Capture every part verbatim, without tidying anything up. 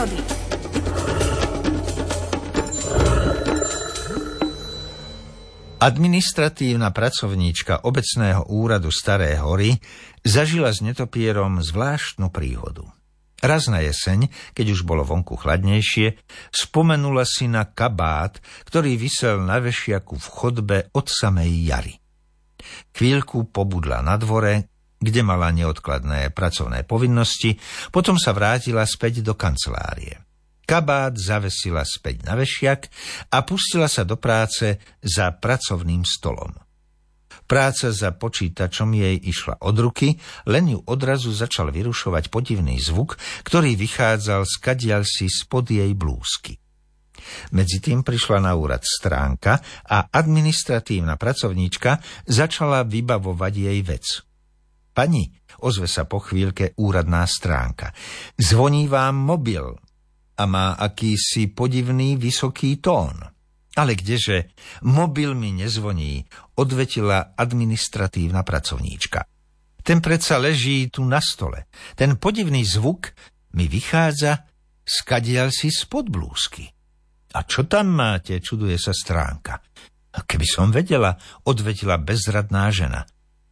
prírody. Administratívna pracovníčka obecného úradu Staré Hory zažila s netopierom zvláštnu príhodu. Raz na jeseň, keď už bolo vonku chladnejšie, spomenula si na kabát, ktorý visel na vešiaku v chodbe od samej jary. Chvíľku pobudla na dvore, kde mala neodkladné pracovné povinnosti, potom sa vrátila späť do kancelárie. Kabát zavesila späť na vešiak a pustila sa do práce za pracovným stolom. Práca za počítačom jej išla od ruky, len ju odrazu začal vyrušovať podivný zvuk, ktorý vychádzal skadiaľsi spod jej blúzky. Medzitým prišla na úrad stránka a administratívna pracovníčka začala vybavovať jej vec. Pani, ozve sa po chvíľke úradná stránka, zvoní vám mobil a má akýsi podivný vysoký tón. Ale kdeže, mobil mi nezvoní, odvetila administratívna pracovníčka. Ten predsa leží tu na stole. Ten podivný zvuk mi vychádza skadiaľsi spod blúzky. A čo tam máte, čuduje sa stránka. A keby som vedela, odvetila bezradná žena.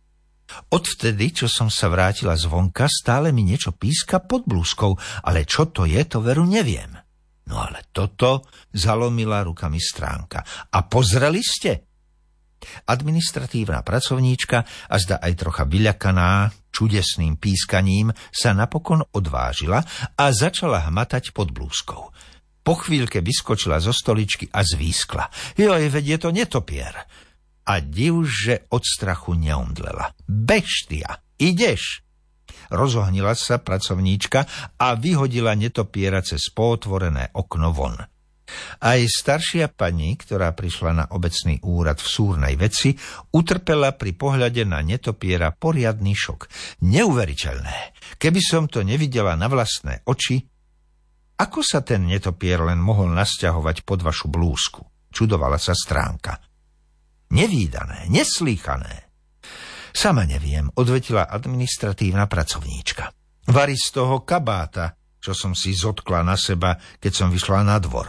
Odvtedy, čo som sa vrátila zvonka, stále mi niečo píska pod blúzkou, ale čo to je, to veru neviem. No ale toto zalomila rukami stránka. A pozreli ste? Administratívna pracovníčka, a zda aj trocha vyľakaná čudesným pískaním, sa napokon odvážila a začala hmatať pod blúzkou. Po chvíľke vyskočila zo stoličky a zvískla. Joj, veď je to netopier. A div, že od strachu neomdlela. Beštia, ideš! Rozohnila sa pracovníčka a vyhodila netopiera cez pootvorené okno von. Aj staršia pani, ktorá prišla na obecný úrad v súrnej veci, utrpela pri pohľade na netopiera poriadny šok. Neuveriteľné. Keby som to nevidela na vlastné oči, ako sa ten netopier len mohol nasťahovať pod vašu blúzku? Čudovala sa stránka. Nevídané, neslýchané. Sama neviem, odvetila administratívna pracovníčka. Vari z toho kabáta, čo som si zotkla na seba, keď som vyšla na dvor.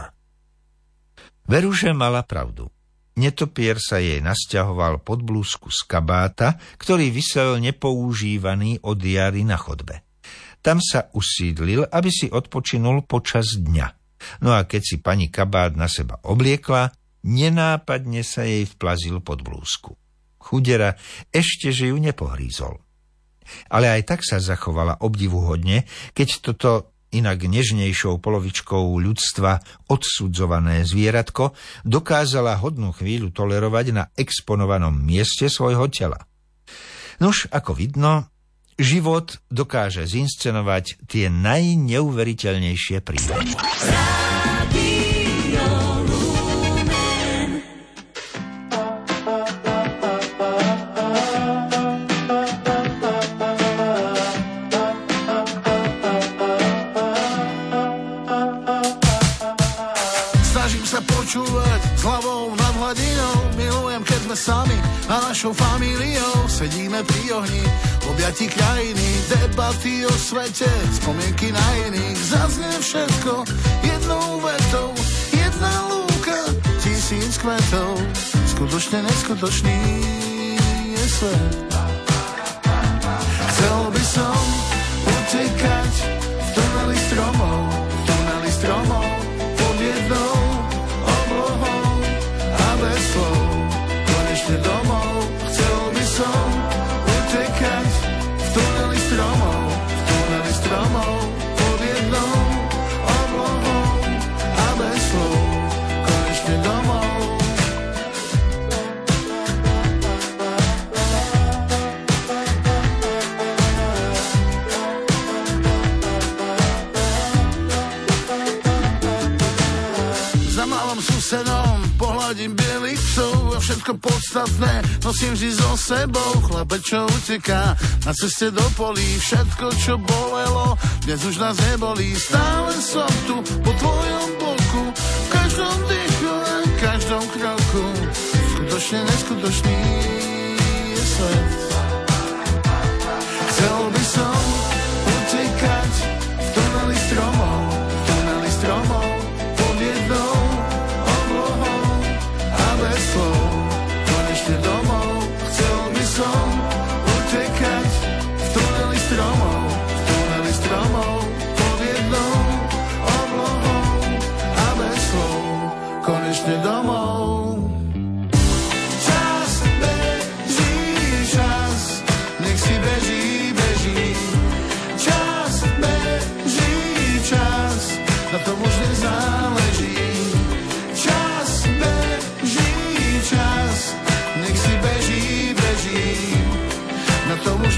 Veruže mala pravdu. Netopier sa jej nasťahoval pod blúzku z kabáta, ktorý visel nepoužívaný od jary na chodbe. Tam sa usídlil, aby si odpočinul počas dňa. No a keď si pani kabát na seba obliekla, nenápadne sa jej vplazil pod blúzku. Chudera, ešte, že ju nepohrízol. Ale aj tak sa zachovala obdivuhodne, keď toto inak nežnejšou polovičkou ľudstva odsudzované zvieratko dokázala hodnú chvíľu tolerovať na exponovanom mieste svojho tela. Nuž, ako vidno, život dokáže zinscenovať tie najneuveriteľnejšie príbehy. Snažím sa počúvať s hlavou nad hladinou, milujem, keď sme sami a našou familiou sedíme pri ohni, v objatí krajiny, debaty o svete, spomienky na iných, zaznie všetko jednou vetou, jedna lúka, tisíc kvetov, skutočne neskutočný je svet. Chcel by som utekať v tuneli stromov, v tuneli stromov, pod jednou oblohou a bez slov, konečne domov. Chcel by som utekať v tuneli stromov, v tuneli stromov, pod jednou oblohou a bez slov, konečne domov. Za malom susedom pohľadím bielých psov a všetko podstatné nosím vždy so sebou. Chlape, čo uteká na ceste do polí, všetko, čo bolelo, dnes už nás nebolí. Stále som tu po tvojom boku, v každom dýchu a v každom kroku. Skutočne neskutočný je svet. Chcel by som utekať v tuneli stromov, v tuneli tom už nezáleží. Čas beží, čas, nech si beží, beží. Na tom už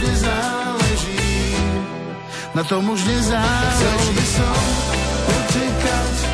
nezáleží, na tom už nezáleží. Chcel by som utekať